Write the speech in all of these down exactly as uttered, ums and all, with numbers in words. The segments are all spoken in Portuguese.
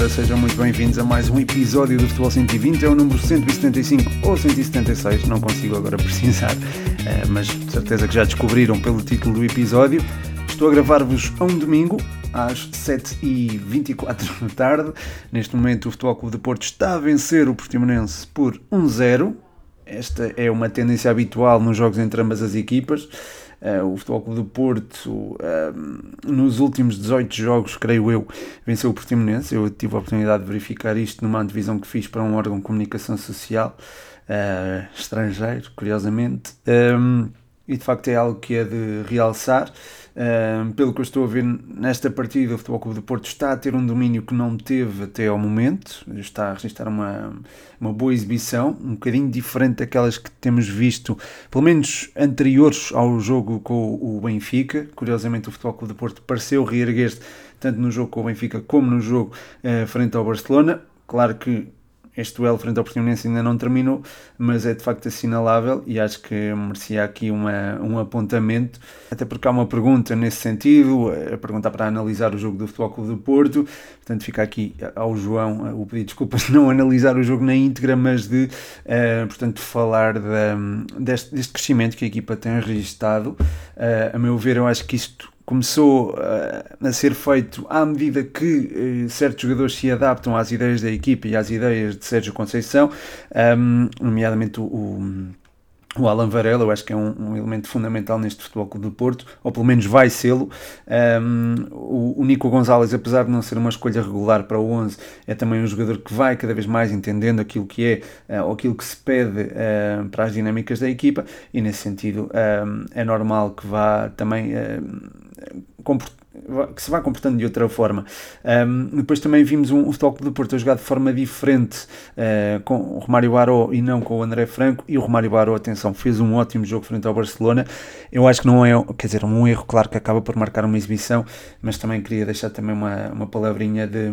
Ora, sejam muito bem-vindos a mais um episódio do Futebol cento e vinte, é o número cento e setenta e cinco ou cento e setenta e seis, não consigo agora precisar, mas de certeza que já descobriram pelo título do episódio. Estou a gravar-vos a um domingo, às sete e vinte e quatro da tarde. Neste momento o Futebol Clube do Porto está a vencer o Portimonense por um zero. Esta é uma tendência habitual nos jogos entre ambas as equipas. Uh, o Futebol Clube do Porto, uh, nos últimos dezoito jogos, creio eu, venceu o Portimonense. Eu tive a oportunidade de verificar isto numa antevisão que fiz para um órgão de comunicação social uh, estrangeiro, curiosamente, um, e de facto é algo que é de realçar. Uh, pelo que eu estou a ver nesta partida, o Futebol Clube do Porto está a ter um domínio que não teve até ao momento, está a registrar uma, uma boa exibição, um bocadinho diferente daquelas que temos visto, pelo menos anteriores ao jogo com o Benfica. Curiosamente o Futebol Clube do Porto pareceu reerguer-se tanto no jogo com o Benfica como no jogo uh, frente ao Barcelona. Claro que este duelo frente ao Portimonense ainda não terminou, mas é de facto assinalável e acho que merecia aqui uma, um apontamento, até porque há uma pergunta nesse sentido, a pergunta para analisar o jogo do Futebol Clube do Porto. Portanto fica aqui ao João o pedido de desculpas de não analisar o jogo na íntegra, mas de uh, portanto, falar de, deste, deste crescimento que a equipa tem registado. Uh, a meu ver, eu acho que isto começou uh, a ser feito à medida que uh, certos jogadores se adaptam às ideias da equipa e às ideias de Sérgio Conceição, um, nomeadamente o, o, o Alan Varela. Eu acho que é um, um elemento fundamental neste Futebol Clube do Porto, ou pelo menos vai sê-lo. Um, o, o Nico Gonzalez, apesar de não ser uma escolha regular para o onze, é também um jogador que vai cada vez mais entendendo aquilo que é, uh, ou aquilo que se pede uh, para as dinâmicas da equipa, e nesse sentido um, é normal que vá também Uh, que se vá comportando de outra forma. Um, depois também vimos um, um Futebol Clube do Porto a jogar de forma diferente uh, com o Romário Baró e não com o André Franco, e o Romário Baró, atenção, fez um ótimo jogo frente ao Barcelona. Eu acho que não é, quer dizer, um erro, claro que acaba por marcar uma exibição, mas também queria deixar também uma, uma palavrinha de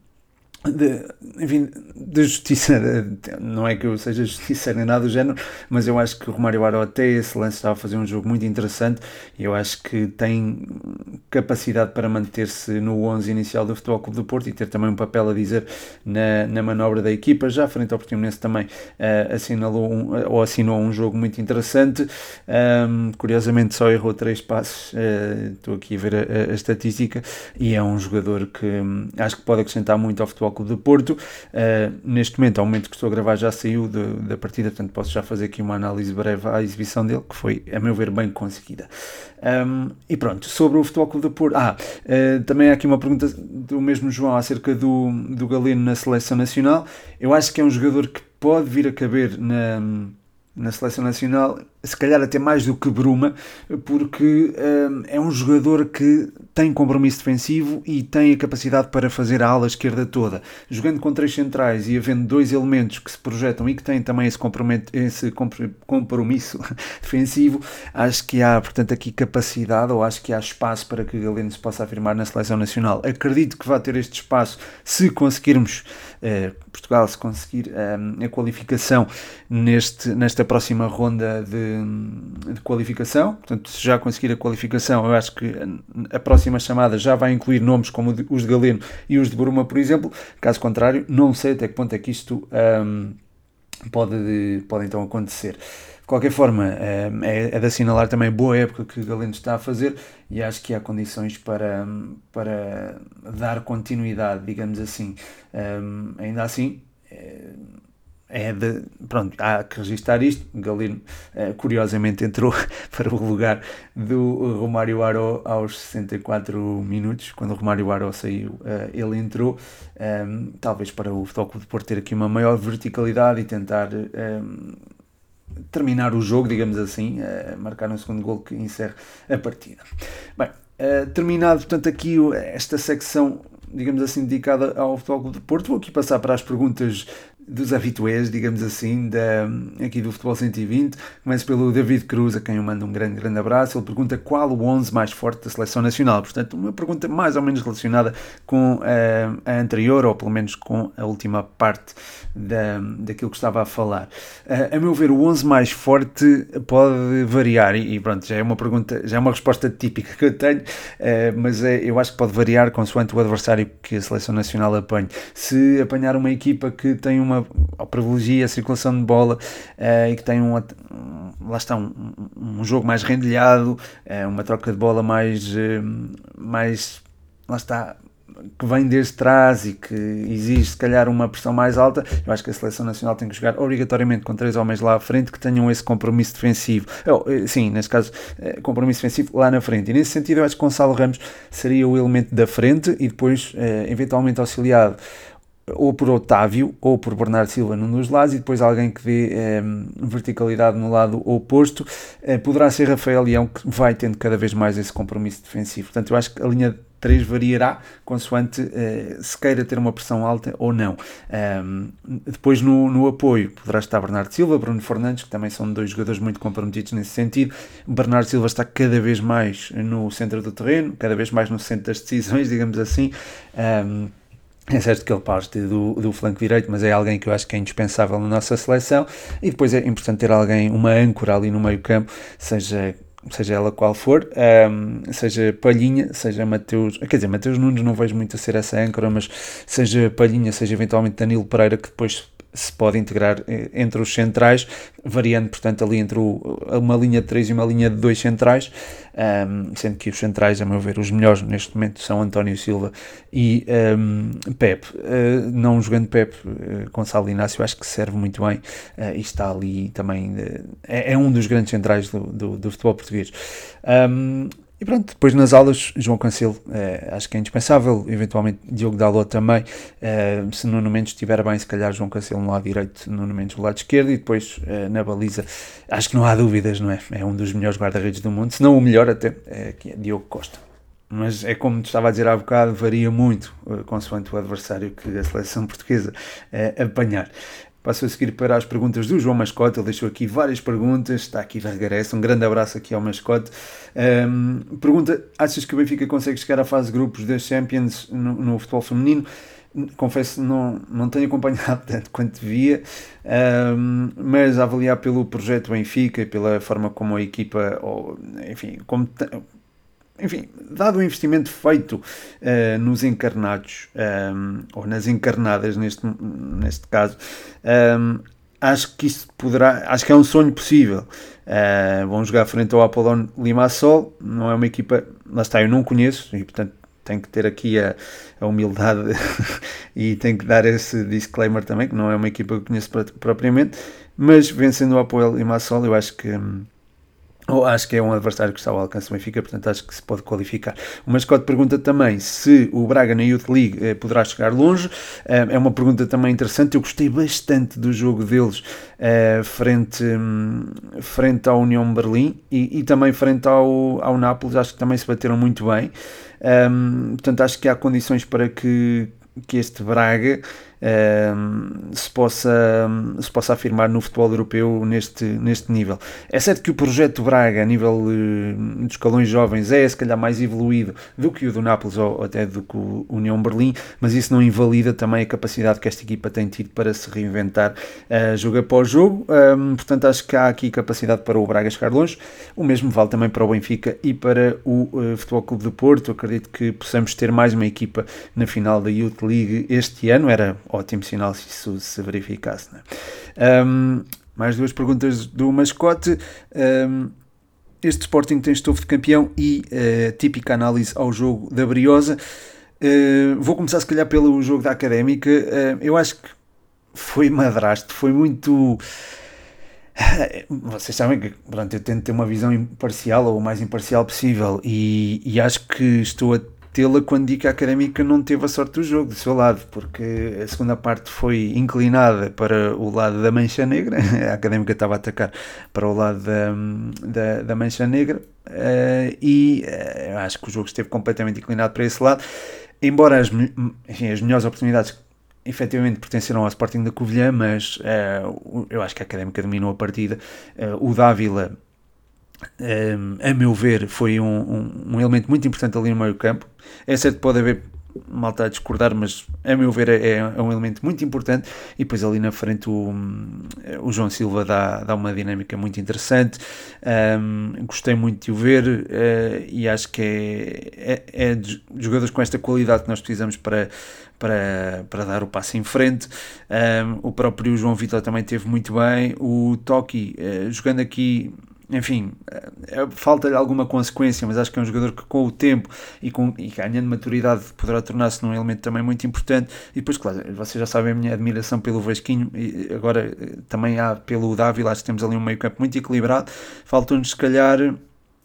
De, enfim, de justiça. De, não é que eu seja justiça nem nada do género, mas eu acho que o Romário Baró até esse lance estava a fazer um jogo muito interessante e eu acho que tem capacidade para manter-se no onze inicial do Futebol Clube do Porto e ter também um papel a dizer na, na manobra da equipa. Já frente ao Portimonense também uh, assinalou um, ou assinou um jogo muito interessante. Um, curiosamente só errou três passes, uh, estou aqui a ver a, a estatística, e é um jogador que um, acho que pode acrescentar muito ao Futebol Clube do Porto. Uh, neste momento, ao momento que estou a gravar, já saiu de, da partida, portanto posso já fazer aqui uma análise breve à exibição dele, que foi, a meu ver, bem conseguida. Um, e pronto, sobre o Futebol Clube do Porto, ah, uh, também há aqui uma pergunta do mesmo João acerca do, do Galeno na seleção nacional. Eu acho que é um jogador que pode vir a caber na, na seleção nacional, se calhar até mais do que Bruma, porque um, é um jogador que tem compromisso defensivo e tem a capacidade para fazer a ala esquerda toda. Jogando com três centrais e havendo dois elementos que se projetam e que têm também esse, esse compromisso defensivo, acho que há, portanto, aqui capacidade, ou acho que há espaço para que Galeno se possa afirmar na seleção nacional. Acredito que vai ter este espaço se conseguirmos, eh, Portugal, se conseguir eh, a qualificação neste, nesta próxima ronda de de qualificação. Portanto, se já conseguir a qualificação, eu acho que a próxima chamada já vai incluir nomes como os de Galeno e os de Bruma, por exemplo. Caso contrário, não sei até que ponto é que isto um, pode, pode então acontecer. De qualquer forma, um, é, é de assinalar também a boa época que Galeno está a fazer, e acho que há condições para, para dar continuidade, digamos assim. Um, ainda assim, é, É de, pronto, há que registrar isto. Galeno, uh, curiosamente, entrou para o lugar do Romário Baró aos sessenta e quatro minutos. Quando o Romário Baró saiu, uh, ele entrou, um, talvez para o Futebol Clube do Porto ter aqui uma maior verticalidade e tentar um, terminar o jogo, digamos assim, uh, marcar um segundo gol que encerre a partida. Bem, uh, terminado, portanto, aqui esta secção, digamos assim, dedicada ao Futebol Clube do Porto, vou aqui passar para as perguntas dos habituês, digamos assim, da, aqui do Futebol cento e vinte. Começo pelo David Cruz, a quem eu mando um grande, grande abraço. Ele pergunta qual o onze mais forte da Seleção Nacional. Portanto, uma pergunta mais ou menos relacionada com uh, a anterior, ou pelo menos com a última parte da, daquilo que estava a falar. Uh, a meu ver, o onze mais forte pode variar, e, e pronto, já é uma pergunta, já é uma resposta típica que eu tenho, uh, mas é, eu acho que pode variar consoante o adversário que a Seleção Nacional apanhe. Se apanhar uma equipa que tem uma privilegia a circulação de bola uh, e que tem um, um, lá está, um, um jogo mais rendilhado, uh, uma troca de bola mais, uh, mais, lá está, que vem desde trás e que exige se calhar uma pressão mais alta, eu acho que a Seleção Nacional tem que jogar obrigatoriamente com três homens lá à frente que tenham esse compromisso defensivo, oh, sim, neste caso compromisso defensivo lá na frente, e nesse sentido eu acho que Gonçalo Ramos seria o elemento da frente e depois uh, eventualmente auxiliado ou por Otávio ou por Bernardo Silva num dos lados, e depois alguém que dê eh, verticalidade no lado oposto, eh, poderá ser Rafael Leão, que vai tendo cada vez mais esse compromisso defensivo. Portanto, eu acho que a linha três variará consoante eh, se queira ter uma pressão alta ou não. Um, depois no, no apoio poderá estar Bernardo Silva, Bruno Fernandes, que também são dois jogadores muito comprometidos nesse sentido. Bernardo Silva está cada vez mais no centro do terreno, cada vez mais no centro das decisões, digamos assim. Um, É certo que ele parte do, do flanco direito, mas é alguém que eu acho que é indispensável na nossa seleção, e depois é importante ter alguém, uma âncora ali no meio campo, seja, seja ela qual for, um, seja Palhinha, seja Mateus, quer dizer, Mateus Nunes não vejo muito a ser essa âncora, mas seja Palhinha, seja eventualmente Danilo Pereira, que depois se pode integrar entre os centrais, variando, portanto, ali entre o, uma linha de três e uma linha de dois centrais, um, sendo que os centrais, a meu ver, os melhores neste momento são António Silva e um, Pepe. Uh, não jogando Pepe, uh, Gonçalo Inácio acho que serve muito bem, uh, e está ali também, uh, é, é um dos grandes centrais do, do, do futebol português. Um, E pronto, depois nas aulas, João Cancelo, eh, acho que é indispensável, eventualmente Diogo Dalot também, eh, se Nuno Mendes estiver bem, se calhar João Cancelo no lado direito, Nuno Mendes no lado esquerdo, e depois eh, na baliza, acho que não há dúvidas, não é? É um dos melhores guarda-redes do mundo, se não o melhor até, é, que é Diogo Costa. Mas é como te estava a dizer há bocado, varia muito, eh, consoante o adversário que a seleção portuguesa eh, apanhar. Passo a seguir para as perguntas do João Mascote. Ele deixou aqui várias perguntas, está aqui de regresso. Um grande abraço aqui ao Mascote. Um, pergunta: achas que o Benfica consegue chegar à fase de grupos das Champions no, no futebol feminino? Confesso que não, não tenho acompanhado tanto quanto devia, um, mas a avaliar pelo projeto Benfica e pela forma como a equipa, ou, enfim, como... T- Enfim, dado o investimento feito uh, nos encarnados, um, ou nas encarnadas neste, neste caso, um, acho que isso poderá, acho que é um sonho possível. Uh, vão jogar frente ao Apollon Limassol, não é uma equipa, lá está, eu não conheço, e portanto tenho que ter aqui a, a humildade e tenho que dar esse disclaimer também, que não é uma equipa que eu conheço propriamente, mas vencendo o Apollon Limassol, eu acho que... Um, ou acho que é um adversário que está ao alcance do Benfica, portanto acho que se pode qualificar. O Mascote pergunta também se o Braga na Youth League eh, poderá chegar longe. Eh, é uma pergunta também interessante. Eu gostei bastante do jogo deles eh, frente, hum, frente à União Berlim e, e também frente ao, ao Nápoles. Acho que também se bateram muito bem. Um, portanto acho que há condições para que, que este Braga Um, se, possa, se possa afirmar no futebol europeu neste, neste nível. É certo que o projeto Braga a nível uh, dos escalões jovens é se calhar mais evoluído do que o do Nápoles ou, ou até do que o União Berlim, mas isso não invalida também a capacidade que esta equipa tem tido para se reinventar uh, jogo após jogo. Um, portanto acho que há aqui capacidade para o Braga chegar longe. O mesmo vale também para o Benfica e para o uh, Futebol Clube do Porto. Eu acredito que possamos ter mais uma equipa na final da Youth League este ano. Era ótimo sinal se isso se verificasse, né? Um, mais duas perguntas do Mascote. Um, este Sporting tem estofo de campeão e uh, típica análise ao jogo da Briosa. Uh, vou começar se calhar pelo jogo da Académica. Uh, eu acho que foi madrasto, foi muito... Vocês sabem que pronto, eu tento ter uma visão imparcial ou o mais imparcial possível e, e acho que estou a tê-la quando digo que a Académica não teve a sorte do jogo do seu lado, porque a segunda parte foi inclinada para o lado da Mancha Negra. A Académica estava a atacar para o lado da, da, da Mancha Negra uh, e uh, acho que o jogo esteve completamente inclinado para esse lado, embora as, enfim, as melhores oportunidades efetivamente pertenceram ao Sporting da Covilhã, mas uh, eu acho que a Académica dominou a partida. Uh, o Dávila, um, a meu ver, foi um, um, um elemento muito importante ali no meio campo. É certo que pode haver malta a discordar, mas a meu ver é, é um elemento muito importante, e depois ali na frente o, o João Silva dá, dá uma dinâmica muito interessante. Um, gostei muito de o ver, uh, e acho que é, é, é de jogadores com esta qualidade que nós precisamos para, para, para dar o passo em frente. Um, o próprio João Vitor também esteve muito bem. O Toki, uh, jogando aqui, enfim, falta-lhe alguma consequência, mas acho que é um jogador que com o tempo e, com, e ganhando maturidade poderá tornar-se num elemento também muito importante. E depois, claro, vocês já sabem a minha admiração pelo Vasquinho, e agora também há pelo Dávila. Acho que temos ali um meio campo muito equilibrado. Faltam-nos se calhar uh,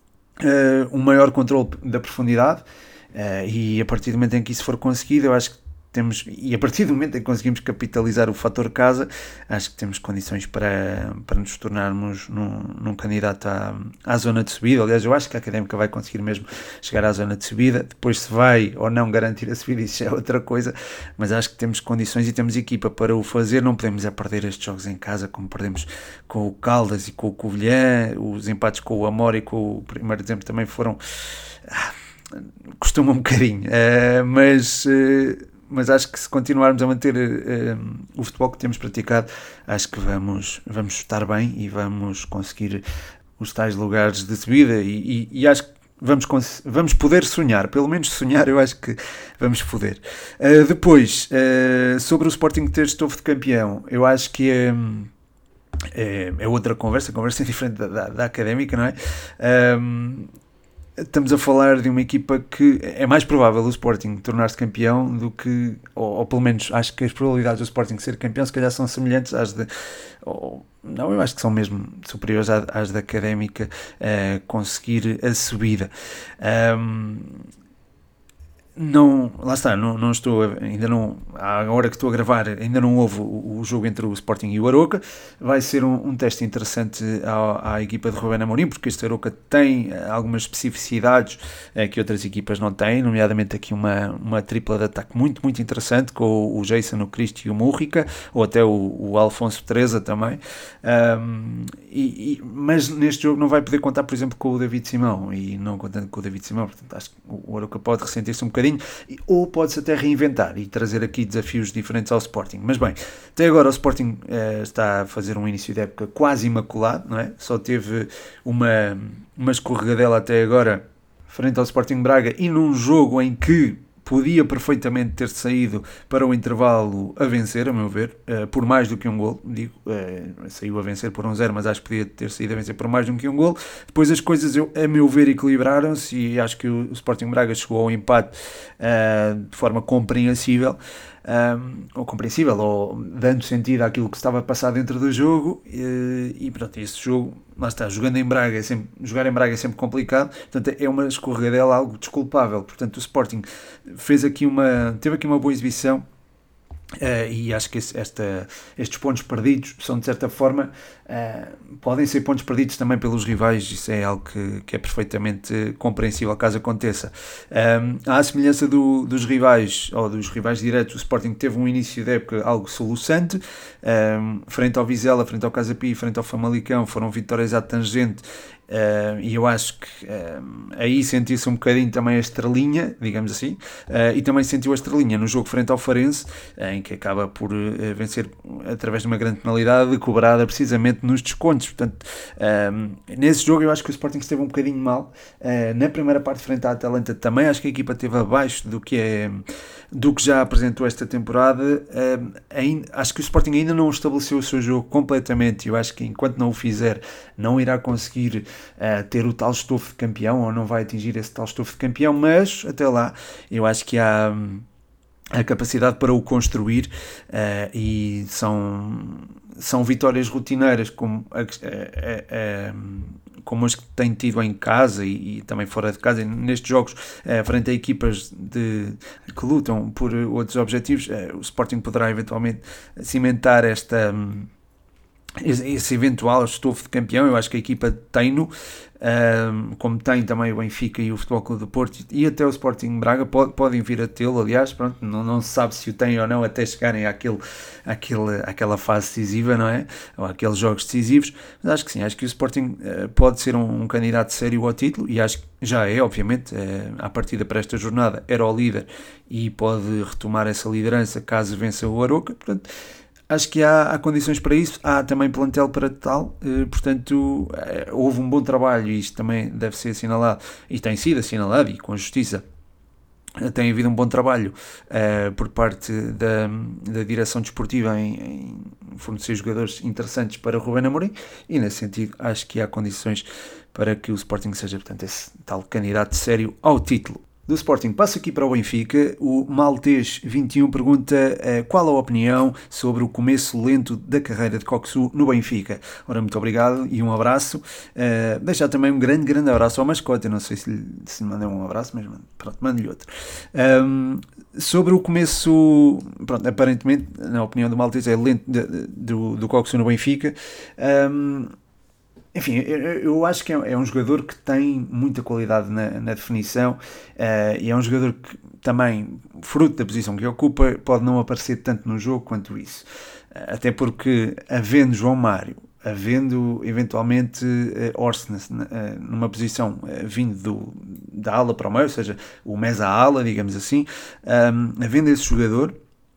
um maior controle da profundidade, uh, e a partir do momento em que isso for conseguido, eu acho que temos, e a partir do momento em que conseguimos capitalizar o fator casa, acho que temos condições para, para nos tornarmos num, num candidato à, à zona de subida. Aliás, eu acho que a Académica vai conseguir mesmo chegar à zona de subida. Depois, se vai ou não garantir a subida, isso é outra coisa, mas acho que temos condições e temos equipa para o fazer. Não podemos é perder estes jogos em casa, como perdemos com o Caldas e com o Covilhã. Os empates com o Amor e com o primeiro exemplo também foram... Ah, costuma um bocadinho, uh, mas... Uh, mas acho que se continuarmos a manter uh, o futebol que temos praticado, acho que vamos, vamos estar bem e vamos conseguir os tais lugares de subida, e, e, e acho que vamos, vamos poder sonhar, pelo menos sonhar eu acho que vamos poder. Uh, depois, uh, sobre o Sporting ter estofo de campeão, eu acho que é, é, é outra conversa, a conversa é diferente da, da, da Académica, não é? Um, Estamos a falar de uma equipa que é mais provável o Sporting tornar-se campeão do que, ou, ou pelo menos acho que as probabilidades do Sporting ser campeão se calhar são semelhantes às de, ou, não, eu acho que são mesmo superiores às, às da Académica, uh, conseguir a subida. Um, Não, lá está, não, não estou, ainda não, à hora que estou a gravar, ainda não houve o, o jogo entre o Sporting e o Aroca. Vai ser um, um teste interessante à, à equipa de Rubén Amorim, porque este Aroca tem algumas especificidades eh, que outras equipas não têm, nomeadamente aqui uma, uma tripla de ataque muito, muito interessante, com o, o Jason, o Cristo e o Múrrica, ou até o, o Alfonso Teresa também. Um, e, e, mas neste jogo não vai poder contar, por exemplo, com o David Simão, e não contando com o David Simão, portanto acho que o Aroca pode ressentir-se um bocadinho, ou pode-se até reinventar e trazer aqui desafios diferentes ao Sporting. Mas bem, até agora o Sporting eh, está a fazer um início de época quase imaculado, não é? Só teve uma, uma escorregadela até agora frente ao Sporting Braga, e num jogo em que podia perfeitamente ter saído para o intervalo a vencer, a meu ver, uh, por mais do que um gol. Digo, uh, saiu a vencer por um zero, mas acho que podia ter saído a vencer por mais do que um gol. Depois as coisas, eu, a meu ver, equilibraram-se, e acho que o Sporting Braga chegou ao empate uh, de forma compreensível. Um, ou compreensível, ou dando sentido àquilo que estava a passar dentro do jogo, e, e pronto, esse jogo, lá está, jogando em Braga é sempre, jogar em Braga é sempre complicado, portanto é uma escorregadela algo desculpável. Portanto o Sporting fez aqui uma, teve aqui uma boa exibição. Uh, e acho que esse, esta, estes pontos perdidos são de certa forma, uh, podem ser pontos perdidos também pelos rivais. Isso é algo que, que é perfeitamente compreensível caso aconteça. Um, à semelhança do, dos rivais, ou dos rivais diretos, o Sporting teve um início de época algo soluçante, um, frente ao Vizela, frente ao Casa Pia, frente ao Famalicão, foram vitórias à tangente. Uh, e eu acho que uh, aí sentiu-se um bocadinho também a estrelinha, digamos assim, uh, e também sentiu a estrelinha no jogo frente ao Farense, uh, em que acaba por uh, vencer através de uma grande penalidade cobrada precisamente nos descontos. Portanto, uh, nesse jogo eu acho que o Sporting esteve um bocadinho mal. Uh, na primeira parte frente à Atalanta também acho que a equipa esteve abaixo do que, é, do que já apresentou esta temporada. Uh, ainda, acho que o Sporting ainda não estabeleceu o seu jogo completamente, e eu acho que enquanto não o fizer não irá conseguir Uh, ter o tal estofo de campeão, ou não vai atingir esse tal estofo de campeão, mas até lá eu acho que há hum, a capacidade para o construir, uh, e são, são vitórias rotineiras como, a, a, a, a, como as que tem tido em casa e, e também fora de casa, e nestes jogos uh, frente a equipas de, que lutam por outros objetivos. Uh, o Sporting poderá eventualmente cimentar esta... Um, esse, esse eventual estofo de campeão. Eu acho que a equipa tem-no, um, como tem também o Benfica e o Futebol Clube do Porto, e até o Sporting Braga pode, podem vir a tê-lo. Aliás, pronto, não, não se sabe se o têm ou não até chegarem àquele, àquele, àquela fase decisiva, não é? Ou àqueles jogos decisivos. Mas acho que sim, acho que o Sporting uh, pode ser um, um candidato sério ao título, e acho que já é, obviamente, uh, à partida para esta jornada era o líder e pode retomar essa liderança caso vença o Aroca. Portanto, acho que há, há condições para isso, há também plantel para tal, eh, portanto, eh, houve um bom trabalho, e isto também deve ser assinalado, e tem sido assinalado, e com justiça, eh, tem havido um bom trabalho eh, por parte da, da direção desportiva em, em fornecer jogadores interessantes para Ruben Amorim, e nesse sentido acho que há condições para que o Sporting seja, portanto, esse tal candidato sério ao título. Do Sporting passo aqui para o Benfica. O Maltês vinte e um pergunta uh, qual a opinião sobre o começo lento da carreira de Coxu no Benfica. Ora, muito obrigado e um abraço. Uh, deixar também um grande, grande abraço ao mascote. Eu não sei se lhe, se lhe mandei um abraço, mas pronto, mando-lhe outro. Um, sobre o começo, pronto, aparentemente, na opinião do Maltês, é lento de, de, do, do Coxu no Benfica. Um, Enfim, eu, eu acho que é, é um jogador que tem muita qualidade na, na definição, uh, e é um jogador que também, fruto da posição que ocupa, pode não aparecer tanto no jogo quanto isso. Uh, até porque, havendo João Mário, havendo eventualmente uh, Orsnes uh, numa posição uh, vindo do, da ala para o meio, ou seja, o mesa-ala, digamos assim, um, havendo esse jogador,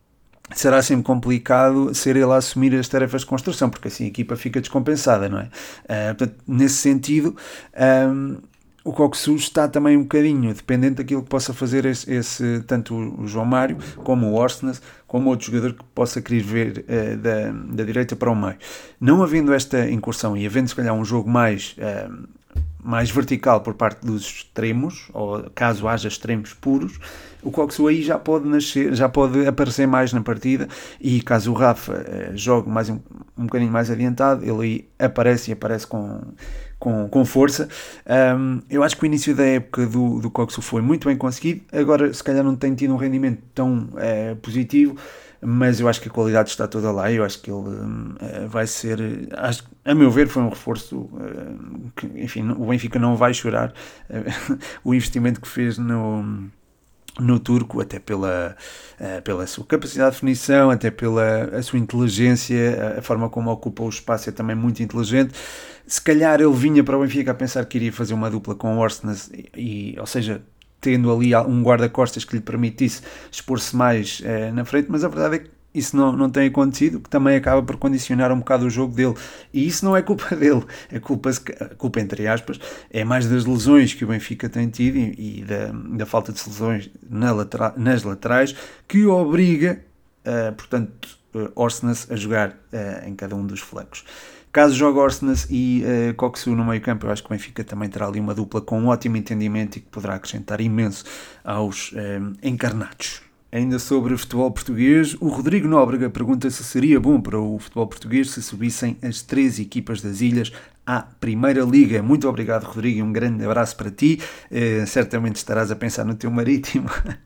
será sempre complicado ser ele a assumir as tarefas de construção, porque assim a equipa fica descompensada, não é? Uh, portanto, nesse sentido, um, o Coxu está também um bocadinho dependente daquilo que possa fazer esse, esse tanto o João Mário, como o Orsnes, como outro jogador que possa querer ver uh, da, da direita para o meio. Não havendo esta incursão e havendo se calhar um jogo mais... Uh, mais vertical por parte dos extremos, ou caso haja extremos puros, o Coxu aí já pode nascer, já pode aparecer mais na partida, e caso o Rafa eh, jogue mais um, um bocadinho mais adiantado, ele aí aparece e aparece com, com, com força. Um, eu acho que o início da época do, do Coxu foi muito bem conseguido, agora se calhar não tem tido um rendimento tão eh, positivo, mas eu acho que a qualidade está toda lá. Eu acho que ele uh, vai ser, acho, a meu ver, foi um reforço uh, que, enfim, o Benfica não vai chorar uh, o investimento que fez no, no turco, até pela, uh, pela sua capacidade de definição, até pela a sua inteligência, a forma como ocupa o espaço é também muito inteligente. Se calhar ele vinha para o Benfica a pensar que iria fazer uma dupla com o Orsnes, e, e, ou seja, tendo ali um guarda-costas que lhe permitisse expor-se mais eh, na frente, mas a verdade é que isso não, não tem acontecido, que também acaba por condicionar um bocado o jogo dele, e isso não é culpa dele, é culpa, a culpa entre aspas, é mais das lesões que o Benfica tem tido e, e da, da falta de lesões na latera, nas laterais, que obriga, uh, portanto, uh, Orsnes a jogar uh, em cada um dos flancos. Caso jogue Orsnes e uh, Coxu no meio campo, eu acho que o Benfica também terá ali uma dupla com um ótimo entendimento e que poderá acrescentar imenso aos um, encarnados. Ainda sobre o futebol português, o Rodrigo Nóbrega pergunta se seria bom para o futebol português se subissem as três equipas das ilhas à Primeira Liga. Muito obrigado, Rodrigo, e um grande abraço para ti. Uh, certamente estarás a pensar no teu Marítimo.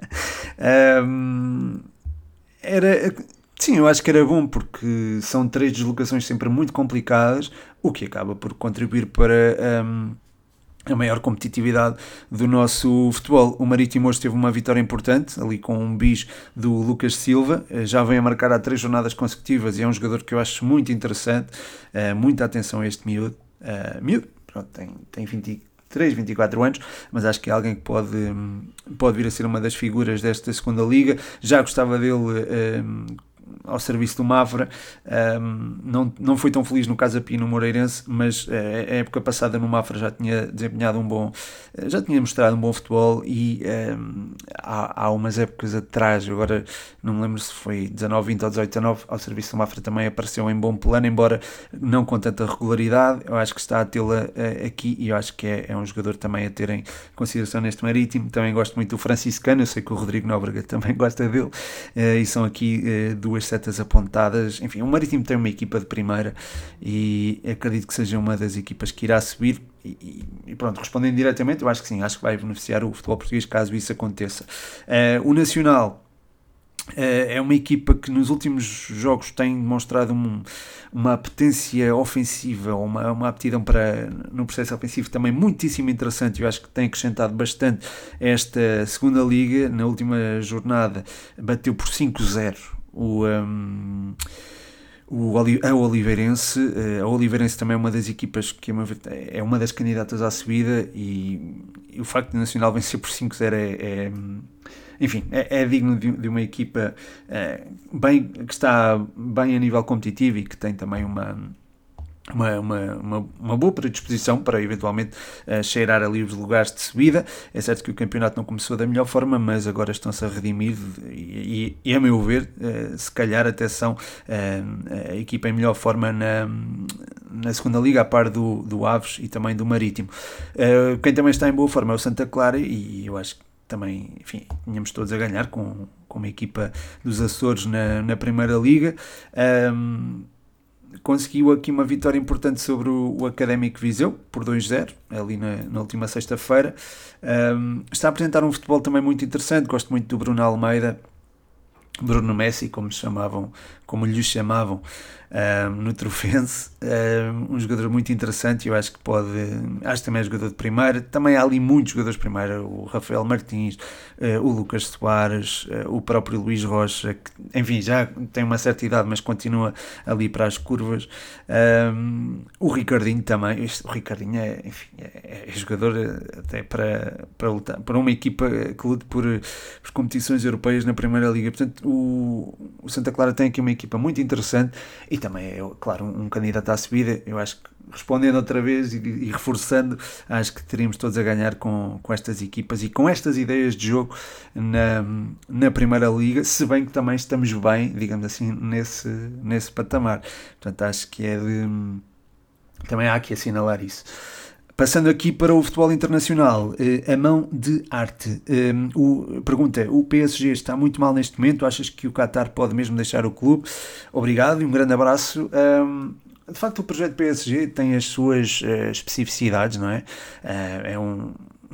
um, era... Sim, eu acho que era bom, porque são três deslocações sempre muito complicadas, o que acaba por contribuir para um, a maior competitividade do nosso futebol. O Marítimo hoje teve uma vitória importante, ali com um bis do Lucas Silva, já vem a marcar há três jornadas consecutivas e é um jogador que eu acho muito interessante, uh, muita atenção a este miúdo, uh, miúdo, pronto, tem, tem vinte três, vinte e quatro anos, mas acho que é alguém que pode, pode vir a ser uma das figuras desta segunda liga. Já gostava dele um, ao serviço do Mafra, um, não, não foi tão feliz no Casa Pia no Moreirense, mas uh, a época passada no Mafra já tinha desempenhado um bom, uh, já tinha mostrado um bom futebol, e um, há, há umas épocas atrás, agora não me lembro se foi dezanove vinte ou dezoito dezanove, ao serviço do Mafra também apareceu em bom plano, embora não com tanta regularidade. Eu acho que está a tê-la uh, aqui, e eu acho que é, é um jogador também a ter em consideração neste Marítimo. Também gosto muito do Franciscano, eu sei que o Rodrigo Nóbrega também gosta dele, uh, e são aqui uh, duas setas apontadas. Enfim, o Marítimo tem uma equipa de primeira e acredito que seja uma das equipas que irá subir, e, e pronto, respondendo diretamente, eu acho que sim, acho que vai beneficiar o futebol português caso isso aconteça. Uh, o Nacional É uma equipa que nos últimos jogos tem demonstrado um, uma apetência ofensiva, uma, uma aptidão para, no processo ofensivo também muitíssimo interessante. Eu acho que tem acrescentado bastante esta segunda liga. Na última jornada bateu por cinco zero o... Um, O, a Oliveirense. A Oliveirense também é uma das equipas que é uma das candidatas à subida, e, e o facto de o Nacional vencer por cinco zero é, é, enfim, é, é digno de, de uma equipa é, bem, que está bem a nível competitivo e que tem também uma Uma, uma, uma, uma boa predisposição para eventualmente uh, cheirar ali os lugares de subida. É certo que o campeonato não começou da melhor forma, mas agora estão-se a redimir e, e, e a meu ver, uh, se calhar até são uh, a equipa em melhor forma na, na segunda liga, a par do, do Aves e também do Marítimo. Uh, quem também está em boa forma é o Santa Clara, e eu acho que também, enfim, tínhamos todos a ganhar com, com uma equipa dos Açores na, na primeira liga. Um, Conseguiu aqui uma vitória importante sobre o, o Académico Viseu, por dois zero, ali na, na última sexta-feira. Um, está a apresentar um futebol também muito interessante. Gosto muito do Bruno Almeida, Bruno Messi, como lhe chamavam, como lhe chamavam um, no Trofense. Um, um jogador muito interessante. Eu acho que pode, acho que também é jogador de primeira. Também há ali muitos jogadores de primeira: o Rafael Martins, uh, o Lucas Soares, uh, o próprio Luís Rocha, que, enfim, já tem uma certa idade, mas continua ali para as curvas. Um, o Ricardinho também. Este, o Ricardinho é, enfim, é, é jogador até para, para lutar, para uma equipa que lute por, por competições europeias na primeira liga. Portanto, o, o Santa Clara tem aqui uma equipa muito interessante e também é, claro, um, um candidato à subida. Eu acho que, respondendo outra vez e, e reforçando, acho que teríamos todos a ganhar com, com estas equipas e com estas ideias de jogo na, na primeira liga, se bem que também estamos bem, digamos assim, nesse, nesse patamar. Portanto, acho que é de... também há que assinalar isso. Passando aqui para o futebol internacional, a mão de arte. O, pergunta, o P S G está muito mal neste momento? Achas que o Qatar pode mesmo deixar o clube? Obrigado e um grande abraço. De facto, o projeto P S G tem as suas especificidades, não é? É um...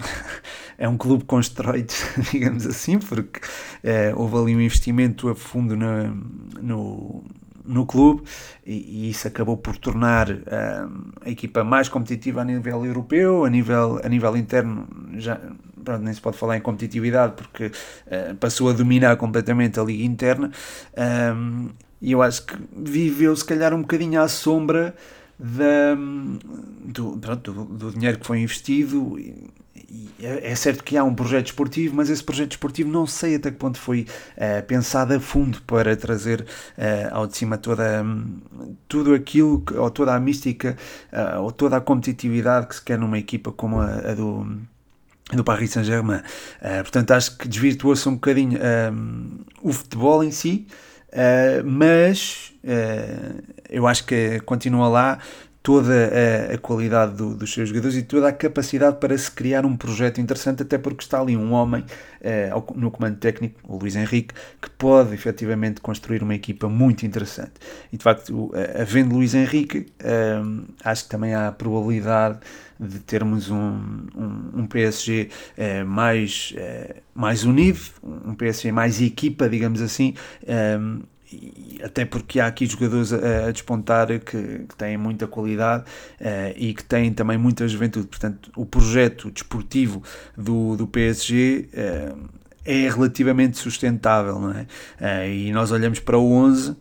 é um clube com esteroides, digamos assim, porque houve ali um investimento a fundo na, no... no clube, e, e isso acabou por tornar uh, a equipa mais competitiva a nível europeu, a nível, a nível interno. Já pronto, nem se pode falar em competitividade, porque uh, passou a dominar completamente a liga interna, um, e eu acho que viveu se calhar um bocadinho à sombra da, do, pronto, do, do dinheiro que foi investido. E, é certo que há um projeto esportivo, mas esse projeto esportivo não sei até que ponto foi uh, pensado a fundo para trazer uh, ao de cima toda, um, tudo aquilo, que, ou toda a mística, uh, ou toda a competitividade que se quer numa equipa como a, a do, do Paris Saint-Germain. Uh, portanto, acho que desvirtuou-se um bocadinho um, o futebol em si, uh, mas uh, eu acho que continua lá toda a, a qualidade do, dos seus jogadores e toda a capacidade para se criar um projeto interessante, até porque está ali um homem eh, no comando técnico, o Luís Henrique, que pode efetivamente construir uma equipa muito interessante. E de facto, havendo Luís Henrique, eh, acho que também há a probabilidade de termos um, um, um P S G eh, mais, eh, mais unido, um P S G mais equipa, digamos assim, eh, e até porque há aqui jogadores a, a despontar que, que têm muita qualidade uh, e que têm também muita juventude. Portanto, o projeto desportivo do, do P S G uh, é relativamente sustentável, não é? Uh, e nós olhamos para o onze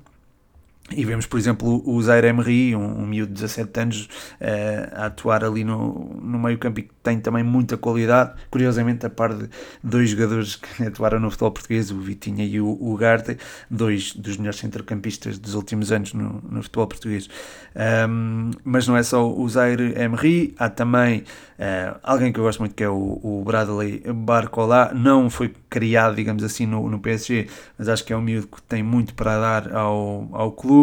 e vemos, por exemplo, o Zaire Emery, um, um miúdo de dezassete anos, uh, a atuar ali no, no meio campo, e que tem também muita qualidade, curiosamente a par de dois jogadores que atuaram no futebol português, o Vitinha e o Ugarte, dois dos melhores centrocampistas dos últimos anos no, no futebol português. Um, mas não é só o Zaire Emery, há também uh, alguém que eu gosto muito, que é o, o Bradley Barcola. Não foi criado, digamos assim, no, no P S G, mas acho que é um miúdo que tem muito para dar ao, ao clube.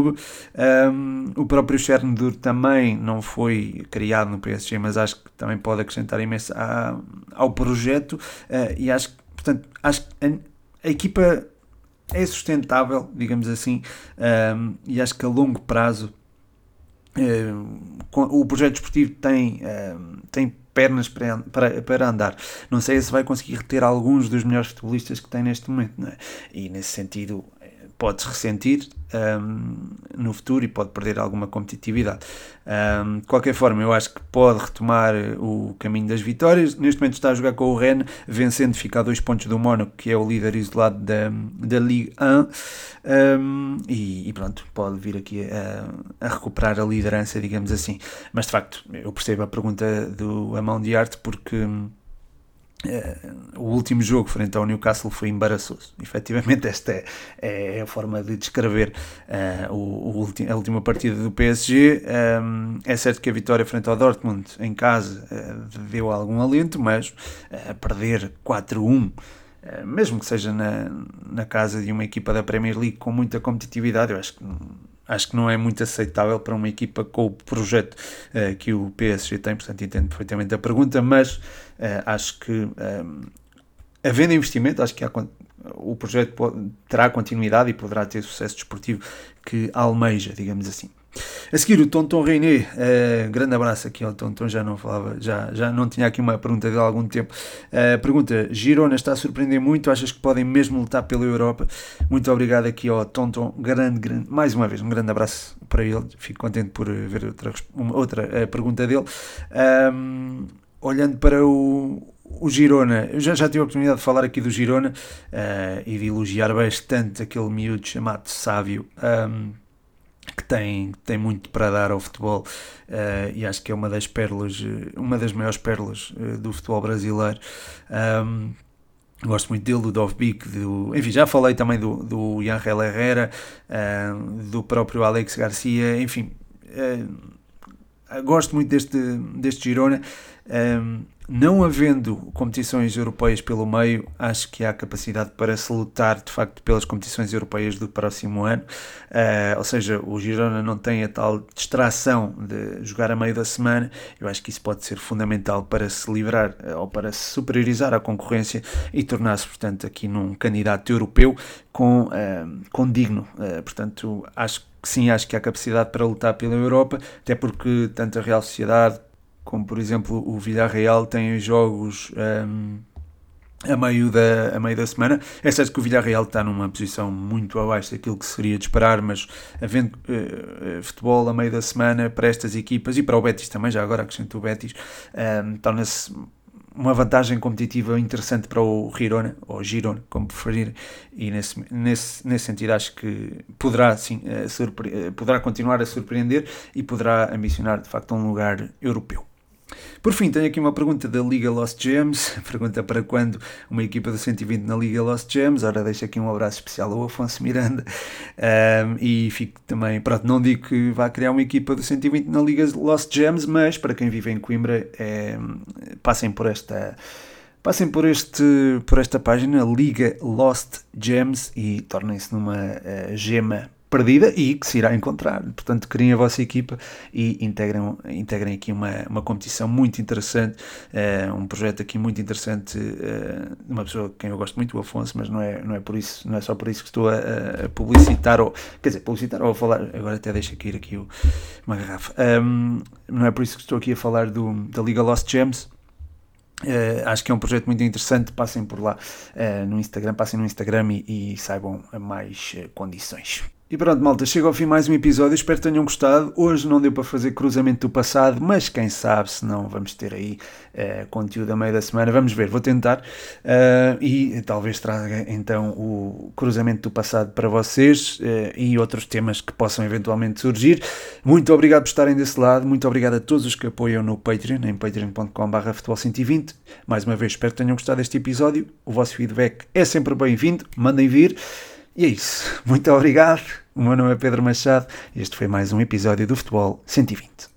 Um, o próprio Chernobyl também não foi criado no P S G, mas acho que também pode acrescentar imenso a, ao projeto, uh, e acho que, portanto, acho que a, a equipa é sustentável, digamos assim, um, e acho que a longo prazo uh, o projeto desportivo tem, uh, tem pernas para, para, para andar. Não sei se vai conseguir reter alguns dos melhores futebolistas que tem neste momento, não é? E nesse sentido pode-se ressentir um, no futuro e pode perder alguma competitividade. Um, de qualquer forma, eu acho que pode retomar o caminho das vitórias. Neste momento está a jogar com o Rennes, vencendo, fica a dois pontos do Mónaco, que é o líder isolado da, da Ligue um, um, e, e pronto, pode vir aqui a, a recuperar a liderança, digamos assim. Mas de facto, eu percebo a pergunta do Amão de Arte, porque Uh, o último jogo frente ao Newcastle foi embaraçoso. Efetivamente esta é, é a forma de descrever uh, o, o ulti- a última partida do P S G. Um, é certo que a vitória frente ao Dortmund em casa uh, deu algum alento, mas uh, perder quatro a um, uh, mesmo que seja na, na casa de uma equipa da Premier League com muita competitividade, eu acho que Acho que não é muito aceitável para uma equipa com o projeto uh, que o P S G tem, portanto entendo perfeitamente a pergunta, mas uh, acho que um, havendo investimento, acho que há, o projeto pode, terá continuidade e poderá ter sucesso desportivo que almeja, digamos assim. A seguir, o Tonton Reiné, uh, grande abraço aqui ao Tonton, já não falava, já, já não tinha aqui uma pergunta dele há algum tempo. Uh, pergunta, Girona está a surpreender muito, achas que podem mesmo lutar pela Europa? Muito obrigado aqui ao Tonton, grande, grande, mais uma vez, um grande abraço para ele, fico contente por ver outra, uma, outra uh, pergunta dele. Um, olhando para o... O Girona, eu já, já tive a oportunidade de falar aqui do Girona uh, e de elogiar bastante aquele miúdo chamado Sávio, um, que tem, tem muito para dar ao futebol uh, e acho que é uma das pérolas, uma das maiores pérolas uh, do futebol brasileiro. Um, gosto muito dele, do Dovbyk, do, enfim, já falei também do, do Ángel Herrera, uh, do próprio Alex Garcia, enfim, uh, gosto muito deste, deste Girona. Um, não havendo competições europeias pelo meio, acho que há capacidade para se lutar de facto pelas competições europeias do próximo ano, uh, ou seja, o Girona não tem a tal distração de jogar a meio da semana. Eu acho que isso pode ser fundamental para se livrar uh, ou para se superiorizar à concorrência e tornar-se, portanto, aqui num candidato europeu com, uh, com digno, uh, portanto, acho que sim, acho que há capacidade para lutar pela Europa, até porque tanto a Real Sociedade como por exemplo o Villarreal tem jogos um, a, meio da, a meio da semana. É certo que o Villarreal está numa posição muito abaixo daquilo que seria de esperar, mas havendo uh, futebol a meio da semana para estas equipas e para o Betis também, já agora acrescento o Betis, um, torna-se uma vantagem competitiva interessante para o Girona, ou Girona, como preferir, e nesse, nesse, nesse sentido acho que poderá, sim, uh, surpre- uh, poderá continuar a surpreender e poderá ambicionar de facto um lugar europeu. Por fim, tenho aqui uma pergunta da Liga Lost Gems, pergunta para quando uma equipa do cento e vinte na Liga Lost Gems. Ora, deixo aqui um abraço especial ao Afonso Miranda, um, e fico também, pronto, não digo que vá criar uma equipa do cento e vinte na Liga Lost Gems, mas para quem vive em Coimbra, é, passem por esta... Passem por, este, por esta página, Liga Lost Gems, e tornem-se numa uh, gema perdida e que se irá encontrar. Portanto, criem a vossa equipa e integrem, integrem aqui uma, uma competição muito interessante, uh, um projeto aqui muito interessante, uh, de uma pessoa que eu gosto muito, o Afonso, mas não é, não é, por isso, não é só por isso que estou a, a publicitar, ou, quer dizer, publicitar ou a falar, agora até deixa cair aqui o, uma garrafa, um, não é por isso que estou aqui a falar do, da Liga Lost Gems. Uh, acho que é um projeto muito interessante, passem por lá uh, no Instagram, passem no Instagram e, e saibam mais uh, condições. E pronto, malta, chega ao fim mais um episódio, espero que tenham gostado. Hoje não deu para fazer cruzamento do passado, mas quem sabe se não vamos ter aí uh, conteúdo a meio da semana, vamos ver, vou tentar uh, e talvez traga então o cruzamento do passado para vocês uh, e outros temas que possam eventualmente surgir. Muito obrigado por estarem desse lado, muito obrigado a todos os que apoiam no Patreon, em patreon ponto com barra futebol cento e vinte. Mais uma vez, espero que tenham gostado deste episódio, o vosso feedback é sempre bem-vindo, mandem vir. E é isso. Muito obrigado. O meu nome é Pedro Machado e este foi mais um episódio do Futebol cento e vinte.